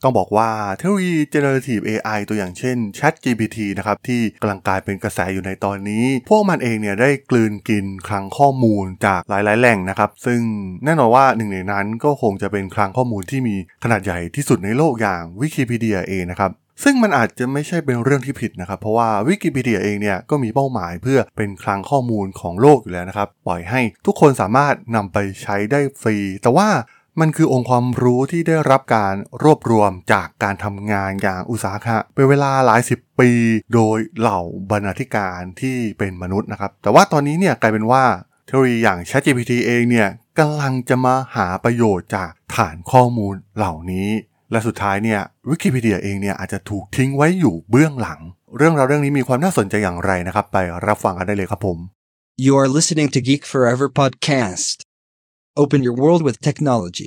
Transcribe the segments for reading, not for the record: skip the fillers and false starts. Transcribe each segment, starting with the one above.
ต้องบอกว่าเทคโนโลยี Generative AI ตัวอย่างเช่น ChatGPT นะครับที่กำลังกลายเป็นกระแสอยู่ในตอนนี้พวกมันเองเนี่ยได้กลืนกินคลังข้อมูลจากหลายๆแหล่งนะครับซึ่งแน่นอนว่าหนึ่งในนั้นก็คงจะเป็นคลังข้อมูลที่มีขนาดใหญ่ที่สุดในโลกอย่าง Wikipedia เองนะครับซึ่งมันอาจจะไม่ใช่เป็นเรื่องที่ผิดนะครับเพราะว่า Wikipedia เองเนี่ยก็มีเป้าหมายเพื่อเป็นคลังข้อมูลของโลกอยู่แล้วนะครับปล่อยให้ทุกคนสามารถนำไปใช้ได้ฟรีแต่ว่ามันคือองค์ความรู้ที่ได้รับการรวบรวมจากการทำงานอย่างอุตสาหะเป็นเวลาหลายสิบปีโดยเหล่าบรรณาธิการที่เป็นมนุษย์นะครับแต่ว่าตอนนี้เนี่ยกลายเป็นว่าเทคโนโลยีอย่าง ChatGPT เองเนี่ยกำลังจะมาหาประโยชน์จากฐานข้อมูลเหล่านี้และสุดท้ายเนี่ย Wikipedia เองเนี่ยอาจจะถูกทิ้งไว้อยู่เบื้องหลังเรื่องราวเรื่องนี้มีความน่าสนใจอย่างไรนะครับไปรับฟังกันได้เลยครับผม You are listening to Geek Forever podcast. Open your world with technology.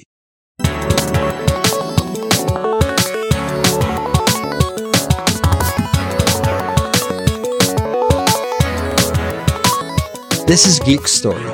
This is Geek Story.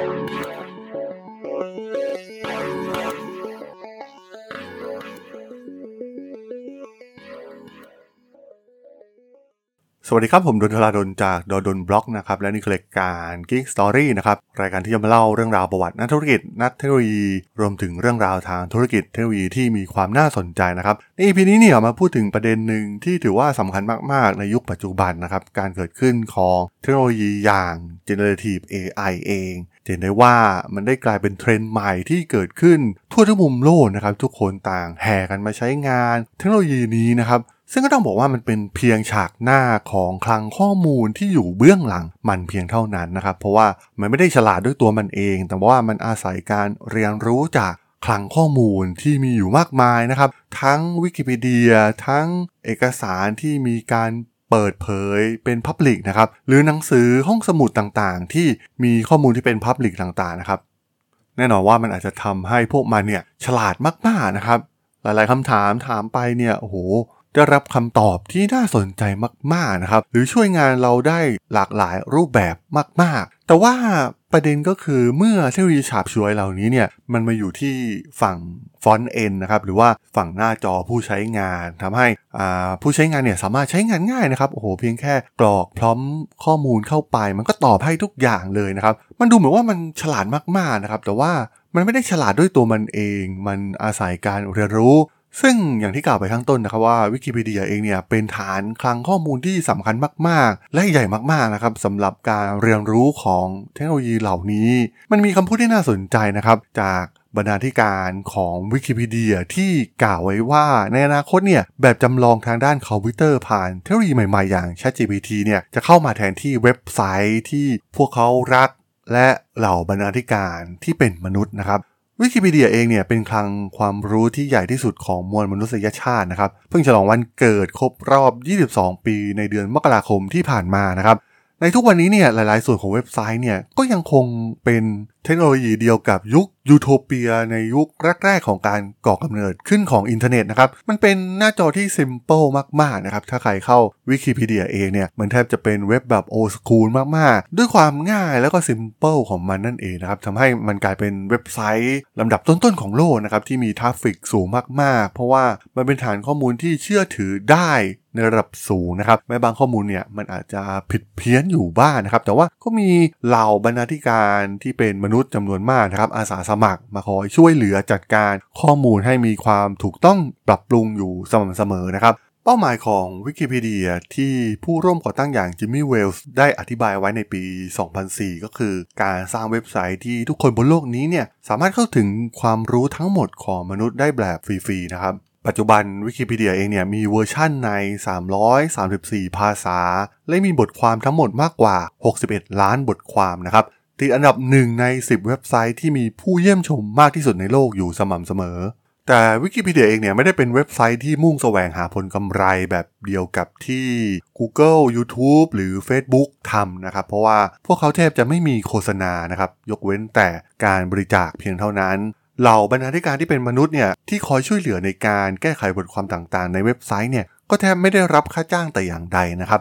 สวัสดีครับผมดลธราดลจากดลบล็อกนะครับและนี่คือรายการ Geek Story นะครับรายการที่จะมาเล่าเรื่องราวประวัตินักธุรกิจนักเทคโนโลยีรวมถึงเรื่องราวทางธุรกิจเทคโนโลยีที่มีความน่าสนใจนะครับใน EP นี้เนี่ยมาพูดถึงประเด็นหนึ่งที่ถือว่าสำคัญมากๆในยุคปัจจุบันนะครับการเกิดขึ้นของเทคโนโลยีอย่าง Generative AI เองเห็นได้ว่ามันได้กลายเป็นเทรนด์ใหม่ที่เกิดขึ้นทั่วทุกมุมโลกนะครับทุกคนต่างแห่กันมาใช้งานเทคโนโลยีนี้นะครับซึ่งก็ต้องบอกว่ามันเป็นเพียงฉากหน้าของคลังข้อมูลที่อยู่เบื้องหลังมันเพียงเท่านั้นนะครับเพราะว่ามันไม่ได้ฉลาดด้วยตัวมันเองแต่ว่ามันอาศัยการเรียนรู้จากคลังข้อมูลที่มีอยู่มากมายนะครับทั้ง Wikipedia ทั้งเอกสารที่มีการเปิดเผยเป็น Public นะครับหรือหนังสือห้องสมุดต่างๆที่มีข้อมูลที่เป็น Public ต่างๆนะครับแน่นอนว่ามันอาจจะทำให้พวกมันเนี่ยฉลาดมากๆนะครับหลายๆคำถามไปเนี่ยโอ้โหได้รับคำตอบที่น่าสนใจมากๆนะครับหรือช่วยงานเราได้หลากหลายรูปแบบมากๆแต่ว่าประเด็นก็คือเมื่อเทคโนโลยีฉาบฉวยเหล่านี้เนี่ยมันมาอยู่ที่ฝั่งฟอนต์เอนด์นะครับหรือว่าฝั่งหน้าจอผู้ใช้งานทำให้ผู้ใช้งานเนี่ยสามารถใช้งานง่ายนะครับโอ้โหเพียงแค่กรอกพร้อมข้อมูลเข้าไปมันก็ตอบให้ทุกอย่างเลยนะครับมันดูเหมือนว่ามันฉลาดมากๆนะครับแต่ว่ามันไม่ได้ฉลาดด้วยตัวมันเองมันอาศัยการเรียนรู้ซึ่งอย่างที่กล่าวไปข้างต้นนะครับว่า Wikipedia เองเนี่ยเป็นฐานคลังข้อมูลที่สำคัญมากๆและใหญ่มากๆนะครับสำหรับการเรียนรู้ของเทคโนโลยีเหล่านี้มันมีคำพูดที่น่าสนใจนะครับจากบรรณาธิการของ Wikipedia ที่กล่าวไว้ว่าในอนาคตเนี่ยแบบจำลองทางด้านคอมพิวเตอร์ผ่านเทคโนโลยีใหม่ๆอย่าง ChatGPT เนี่ยจะเข้ามาแทนที่เว็บไซต์ที่พวกเขารักและเหล่าบรรณาธิการที่เป็นมนุษย์นะครับWikipedia เองเนี่ยเป็นคลังความรู้ที่ใหญ่ที่สุดของมวลมนุษยชาตินะครับเพิ่งฉลองวันเกิดครบรอบ22ปีในเดือนมกราคมที่ผ่านมานะครับในทุกวันนี้เนี่ยหลายๆส่วนของเว็บไซต์เนี่ยก็ยังคงเป็นเทคโนโลยีเดียวกับยุคยูโทเปียในยุคแรกๆของการก่อกำเนิดขึ้นของอินเทอร์เน็ตนะครับมันเป็นหน้าจอที่ซิมเปิลมากๆนะครับถ้าใครเข้า Wikipedia เองเนี่ยมันแทบจะเป็นเว็บแบบโอสคูลมากๆด้วยความง่ายแล้วก็ซิมเปิลของมันนั่นเองนะครับทำให้มันกลายเป็นเว็บไซต์ลำดับต้นๆของโลกนะครับที่มีทราฟฟิกสูงมากๆเพราะว่ามันเป็นฐานข้อมูลที่เชื่อถือได้ในระดับสูงนะครับแม้บางข้อมูลเนี่ยมันอาจจะผิดเพี้ยนอยู่บ้าง นะครับแต่ว่าก็มีเหล่าบรรณาธิการที่เป็นมนุษย์จำนวนมากนะครับอาสาสมัครมาคอยช่วยเหลือจัดการข้อมูลให้มีความถูกต้องปรับปรุงอยู่สม่ำเสมอนะครับเป้าหมายของ Wikipedia ที่ผู้ร่วมก่อตั้งอย่างจิมมี่เวลส์ได้อธิบายไว้ในปี 2004 ก็คือการสร้างเว็บไซต์ที่ทุกคนบนโลกนี้เนี่ยสามารถเข้าถึงความรู้ทั้งหมดของมนุษย์ได้แบบฟรีๆนะครับปัจจุบัน Wikipedia เองเนี่ยมีเวอร์ชั่นใน334ภาษาและมีบทความทั้งหมดมากกว่า61ล้านบทความนะครับติดอันดับ1ใน10เว็บไซต์ที่มีผู้เยี่ยมชมมากที่สุดในโลกอยู่สม่ำเสมอแต่ Wikipedia เองเนี่ยไม่ได้เป็นเว็บไซต์ที่มุ่งแสวงหาผลกำไรแบบเดียวกับที่ Google YouTube หรือ Facebook ทำนะครับเพราะว่าพวกเขาแทบจะไม่มีโฆษณานะครับยกเว้นแต่การบริจาคเพียงเท่านั้นเหล่าบรรณาธิการที่เป็นมนุษย์เนี่ยที่คอยช่วยเหลือในการแก้ไขบทความต่างๆในเว็บไซต์เนี่ยก็แทบไม่ได้รับค่าจ้างแต่อย่างใดนะครับ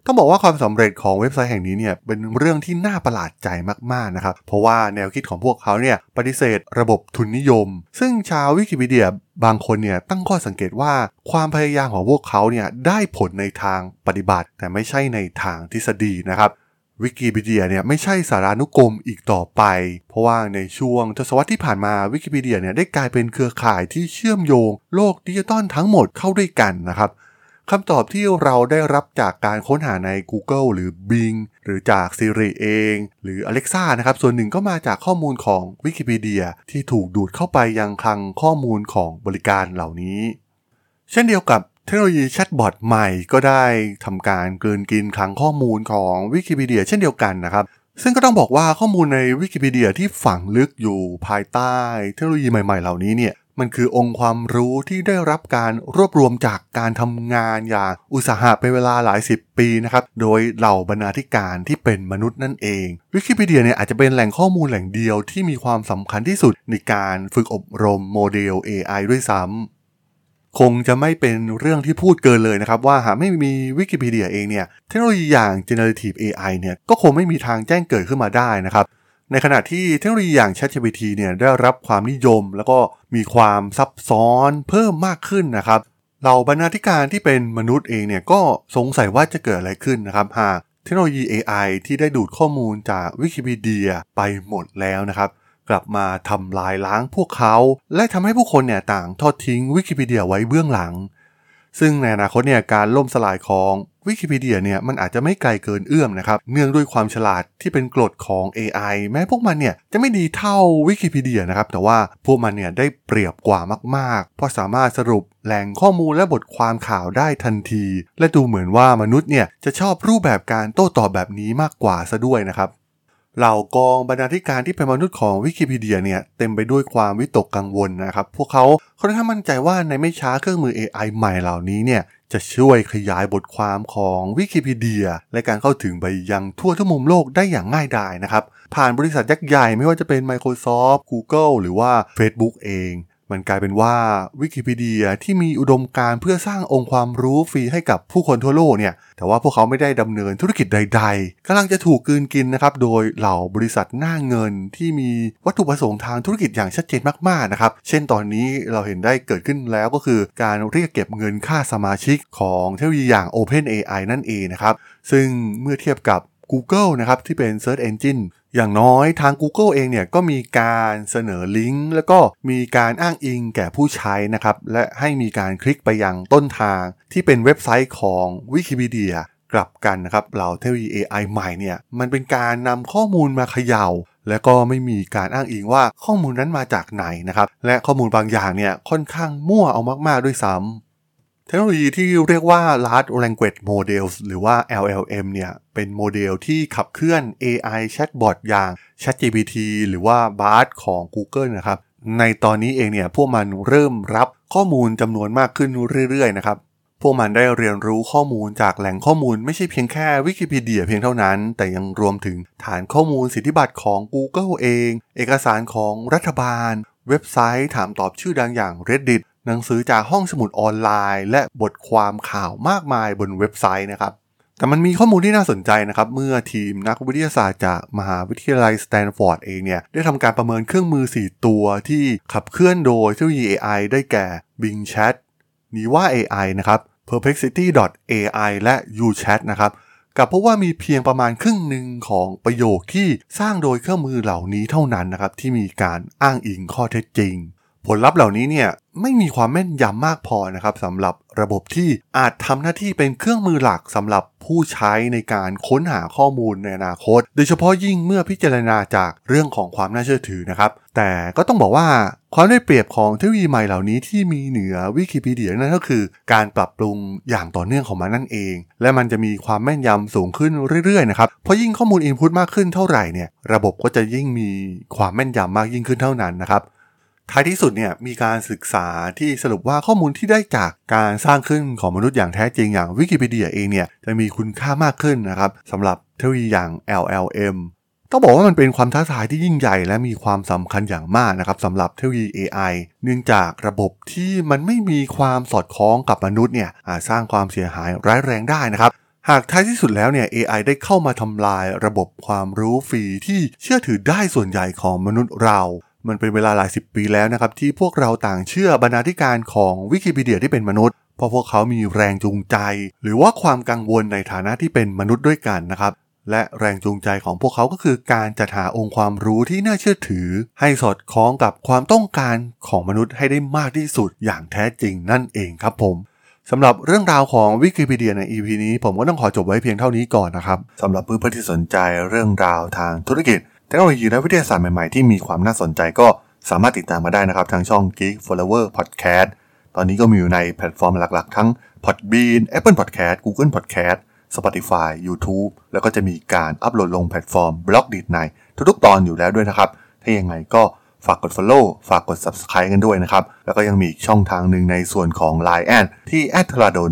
ต้องบอกว่าความสำเร็จของเว็บไซต์แห่งนี้เนี่ยเป็นเรื่องที่น่าประหลาดใจมากๆนะครับเพราะว่าแนวคิดของพวกเขาเนี่ยปฏิเสธระบบทุนนิยมซึ่งชาววิกิพีเดียบางคนเนี่ยตั้งข้อสังเกตว่าความพยายามของพวกเขาเนี่ยได้ผลในทางปฏิบัติแต่ไม่ใช่ในทางทฤษฎีนะครับวิกิพีเดียเนี่ยไม่ใช่สารานุกรมอีกต่อไปเพราะว่าในช่วงทศวรรษที่ผ่านมาวิกิพีเดียเนี่ยได้กลายเป็นเครือข่ายที่เชื่อมโยงโลกดิจิตอลทั้งหมดเข้าด้วยกันนะครับคำตอบที่เราได้รับจากการค้นหาใน Google หรือ Bing หรือจาก Siri เองหรือ Alexa นะครับส่วนหนึ่งก็มาจากข้อมูลของวิกิพีเดียที่ถูกดูดเข้าไปยังคลังข้อมูลของบริการเหล่านี้เช่นเดียวกับเทคโนโลยีแชทบอทใหม่ก็ได้ทำการกลืนกินคลังข้อมูลของวิกิพีเดียเช่นเดียวกันนะครับซึ่งก็ต้องบอกว่าข้อมูลในวิกิพีเดียที่ฝังลึกอยู่ภายใต้เทคโนโลยีใหม่ๆเหล่านี้เนี่ยมันคือองค์ความรู้ที่ได้รับการรวบรวมจากการทำงานอย่างอุตสาหะเป็นเวลาหลายสิบปีนะครับโดยเหล่าบรรณาธิการที่เป็นมนุษย์นั่นเองวิกิพีเดียเนี่ยอาจจะเป็นแหล่งข้อมูลแหล่งเดียวที่มีความสำคัญที่สุดในการฝึกอบรมโมเดล AI ด้วยซ้ำคงจะไม่เป็นเรื่องที่พูดเกินเลยนะครับว่าหากไม่มีวิกิพีเดียเองเนี่ยเทคโนโลยีอย่าง Generative AI เนี่ยก็คงไม่มีทางแจ้งเกิดขึ้นมาได้นะครับในขณะที่เทคโนโลยีอย่าง ChatGPT เนี่ยได้รับความนิยมแล้วก็มีความซับซ้อนเพิ่มมากขึ้นนะครับเหล่าบรรณาธิการที่เป็นมนุษย์เองเนี่ยก็สงสัยว่าจะเกิดอะไรขึ้นนะครับหากเทคโนโลยี AI ที่ได้ดูดข้อมูลจากวิกิพีเดียไปหมดแล้วนะครับกลับมาทำลายล้างพวกเขาและทำให้ผู้คนเนี่ยต่างทอดทิ้งวิกิพีเดียไว้เบื้องหลังซึ่งในอนาคตเนี่ยการล่มสลายของวิกิพีเดียเนี่ยมันอาจจะไม่ไกลเกินเอื้อมนะครับเนื่องด้วยความฉลาดที่เป็นกฎของ AI แม้พวกมันเนี่ยจะไม่ดีเท่าวิกิพีเดียนะครับแต่ว่าพวกมันเนี่ยได้เปรียบกว่ามากๆเพราะสามารถสรุปแหล่งข้อมูลและบทความข่าวได้ทันทีและดูเหมือนว่ามนุษย์เนี่ยจะชอบรูปแบบการโต้ตอบแบบนี้มากกว่าซะด้วยนะครับเหล่ากองบรรณาธิการที่เป็นมนุษย์ของวิกิพีเดียเนี่ยเต็มไปด้วยความวิตกกังวลนะครับพวกเขาค่อนข้างมั่นใจว่าในไม่ช้าเครื่องมือ AI ใหม่เหล่านี้เนี่ยจะช่วยขยายบทความของวิกิพีเดียและการเข้าถึงไปยังทั่วทุกมุมโลกได้อย่างง่ายดายนะครับผ่านบริษัทยักษ์ใหญ่ไม่ว่าจะเป็น Microsoft Google หรือว่า Facebook เองมันกลายเป็นว่าวิกิพีเดียที่มีอุดมการณ์เพื่อสร้างองค์ความรู้ฟรีให้กับผู้คนทั่วโลกเนี่ยแต่ว่าพวกเขาไม่ได้ดำเนินธุรกิจใดๆกำลังจะถูกกลืนกินนะครับโดยเหล่าบริษัทหน้าเงินที่มีวัตถุประสงค์ทางธุรกิจอย่างชัดเจนมากๆนะครับเช่นตอนนี้เราเห็นได้เกิดขึ้นแล้วก็คือการเรียกเก็บเงินค่าสมาชิกของเทคโนโลยีอย่าง OpenAI นั่นเองนะครับซึ่งเมื่อเทียบกับ Google นะครับที่เป็น Search Engineอย่างน้อยทาง Google เองเนี่ยก็มีการเสนอลิงก์แล้วก็มีการอ้างอิงแก่ผู้ใช้นะครับและให้มีการคลิกไปยังต้นทางที่เป็นเว็บไซต์ของ Wikipedia กลับกันนะครับเหล่าเทคโนโลยี AI ใหม่เนี่ยมันเป็นการนำข้อมูลมาเขย่าและก็ไม่มีการอ้างอิงว่าข้อมูลนั้นมาจากไหนนะครับและข้อมูลบางอย่างเนี่ยค่อนข้างมั่วเอามากๆด้วยซ้ำเทคโนโลยีที่เรียกว่า Large Language Models หรือว่า LLM เนี่ยเป็นโมเดลที่ขับเคลื่อน AI Chatbot อย่าง ChatGPT หรือว่า Bard ของ Google นะครับในตอนนี้เองเนี่ยพวกมันเริ่มรับข้อมูลจำนวนมากขึ้นเรื่อยๆนะครับพวกมันได้เรียนรู้ข้อมูลจากแหล่งข้อมูลไม่ใช่เพียงแค่ Wikipedia เพียงเท่านั้นแต่ยังรวมถึงฐานข้อมูลสิทธิบัตรของ Google เองเอกสารของรัฐบาลเว็บไซต์ถามตอบชื่อดังอย่าง Redditหนังสือจากห้องสมุดออนไลน์และบทความข่าวมากมายบนเว็บไซต์นะครับแต่มันมีข้อมูลที่น่าสนใจนะครับเมื่อทีมนักวิทยาศาสตร์จากมหาวิทยาลัยสแตนฟอร์ดเองเนี่ยได้ทำการประเมินเครื่องมือ4ตัวที่ขับเคลื่อนโดยเทคโนโลยี AI ได้แก่ Bing Chat Niva AI นะครับ Perplexity.ai และ YouChat นะครับกับพบว่ามีเพียงประมาณครึ่งหนึ่งของประโยคที่สร้างโดยเครื่องมือเหล่านี้เท่านั้นนะครับที่มีการอ้างอิงข้อเท็จจริงผลลัพธ์เหล่านี้เนี่ยไม่มีความแม่นยำมากพอนะครับสำหรับระบบที่อาจทำหน้าที่เป็นเครื่องมือหลักสำหรับผู้ใช้ในการค้นหาข้อมูลในอนาคตโดยเฉพาะยิ่งเมื่อพิจารณาจากเรื่องของความน่าเชื่อถือนะครับแต่ก็ต้องบอกว่าความได้เปรียบของเทคโนโลยีใหม่เหล่านี้ที่มีเหนือวิกิพีเดียนั่นก็คือการปรับปรุงอย่างต่อเนื่องของมันนั่นเองและมันจะมีความแม่นยำสูงขึ้นเรื่อยๆนะครับเพราะยิ่งข้อมูลอินพุตมากขึ้นเท่าไหร่เนี่ยระบบก็จะยิ่งมีความแม่นยำมากยิ่งขึ้นเท่านั้นนะครับท้ายที่สุดเนี่ยมีการศึกษาที่สรุปว่าข้อมูลที่ได้จากการสร้างขึ้นของมนุษย์อย่างแท้จริงอย่างวิกิพีเดียเองเนี่ยจะมีคุณค่ามากขึ้นนะครับสำหรับเทคโนโลยีอย่าง LLM ต้องบอกว่ามันเป็นความท้าทายที่ยิ่งใหญ่และมีความสำคัญอย่างมากนะครับสำหรับเทคโนโลยี AI เนื่องจากระบบที่มันไม่มีความสอดคล้องกับมนุษย์เนี่ยอาจสร้างความเสียหายร้ายแรงได้นะครับหากท้ายที่สุดแล้วเนี่ย AI ได้เข้ามาทำลายระบบความรู้ฟรีที่เชื่อถือได้ส่วนใหญ่ของมนุษย์เรามันเป็นเวลาหลาย10 ปีแล้วนะครับที่พวกเราต่างเชื่อบรรณาธิการของวิกิพีเดียที่เป็นมนุษย์เพราะพวกเขามีแรงจูงใจหรือว่าความกังวลในฐานะที่เป็นมนุษย์ด้วยกันนะครับและแรงจูงใจของพวกเขาก็คือการจัดหาองค์ความรู้ที่น่าเชื่อถือให้สอดคล้องกับความต้องการของมนุษย์ให้ได้มากที่สุดอย่างแท้จริงนั่นเองครับผมสำหรับเรื่องราวของวิกิพีเดียใน EP นี้ผมก็ต้องขอจบไว้เพียงเท่านี้ก่อนนะครับสำหรับเพื่อนๆที่สนใจเรื่องราวทางธุรกิจเทคโนโลยีและวิทยาศาสตร์ใหม่ๆที่มีความน่าสนใจก็สามารถติดตามมาได้นะครับทางช่อง Geek Flower Podcast ตอนนี้ก็มีอยู่ในแพลตฟอร์มหลักๆทั้ง Podbean, Apple Podcast, Google Podcast, Spotify, YouTube แล้วก็จะมีการอัปโหลดลงแพลตฟอร์ม Blogdit ในทุกๆตอนอยู่แล้วด้วยนะครับถ้ายังไงก็ฝากกด follow ฝากกด subscribe กันด้วยนะครับแล้วก็ยังมีอีกช่องทางหนึ่งในส่วนของ Line แอดที่ @thradol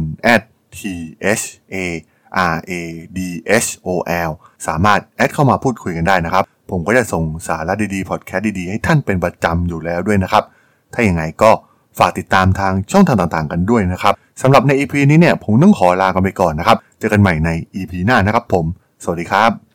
@thradol สามารถแอดเข้ามาพูดคุยกันได้นะครับผมก็จะส่งสาระดีๆพอดแคสต์ดีๆให้ท่านเป็นประจำอยู่แล้วด้วยนะครับถ้าอย่างไรก็ฝากติดตามทางช่องทางต่างๆกันด้วยนะครับสำหรับใน EP นี้เนี่ยผมต้องขอลากันไปก่อนนะครับเจอกันใหม่ใน EP หน้านะครับผมสวัสดีครับ